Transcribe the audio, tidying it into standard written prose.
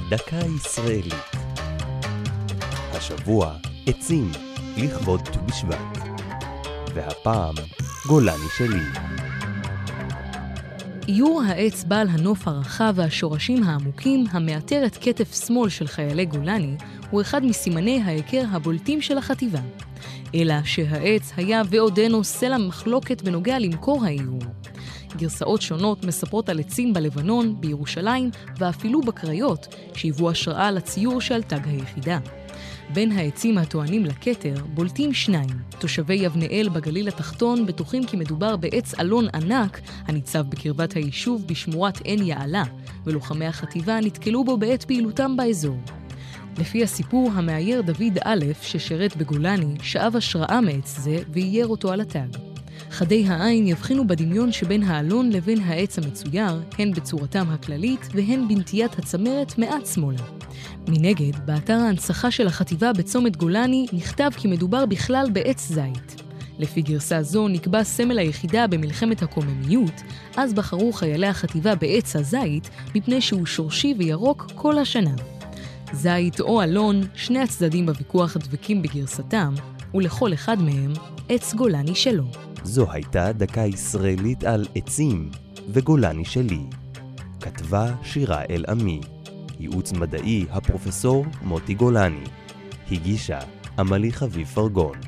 דקה ישראלית. השבוע עצים לכבוד ט"ו בשבט. והפעם גולני שלי. איור העץ בעל הנוף הרחב והשורשים העמוקים המאתר את כתף שמאל של חיילי גולני הוא אחד מסימני ההיכר הבולטים של החטיבה. אלא שהעץ היה ועודנו סלע מחלוקת בנוגע למקור האיור. גרסאות שונות מספרות על עצים בלבנון, בירושלים ואפילו בקריות שהיוו השראה לציור שעל תג היחידה. בין העצים הטוענים לכתר בולטים שניים. תושבי יבנאל בגליל התחתון בטוחים כי מדובר בעץ אלון ענק הניצב בקרבת היישוב בשמורת עין יעלה, ולוחמי החטיבה נתקלו בו בעת פעילותם באזור. לפי הסיפור, המאייר דוד א' ששירת בגולני שאב השראה מעץ זה ואייר אותו על התג. חדי העין יבחינו בדמיון שבין האלון לבין העץ המצויר, הן בצורתם הכללית והן בנטיית הצמרת מעט שמאלה. מנגד, באתר ההנצחה של החטיבה בצומת גולני נכתב כי מדובר בכלל בעץ זית. לפי גרסה זו נקבע סמל היחידה במלחמת הקוממיות, אז בחרו חיילי החטיבה בעץ הזית מפני שהוא שורשי וירוק כל השנה. זית או אלון, שני הצדדים בוויכוח דבקים בגרסתם, ולכל אחד מהם עץ גולני שלו. זו הייתה דקה ישראלית על עצים וגולני שלי. כתבה שירה אל-עמי. ייעוץ מדעי הפרופסור מוטי גולני. הגישה עמלי חביב פרגון.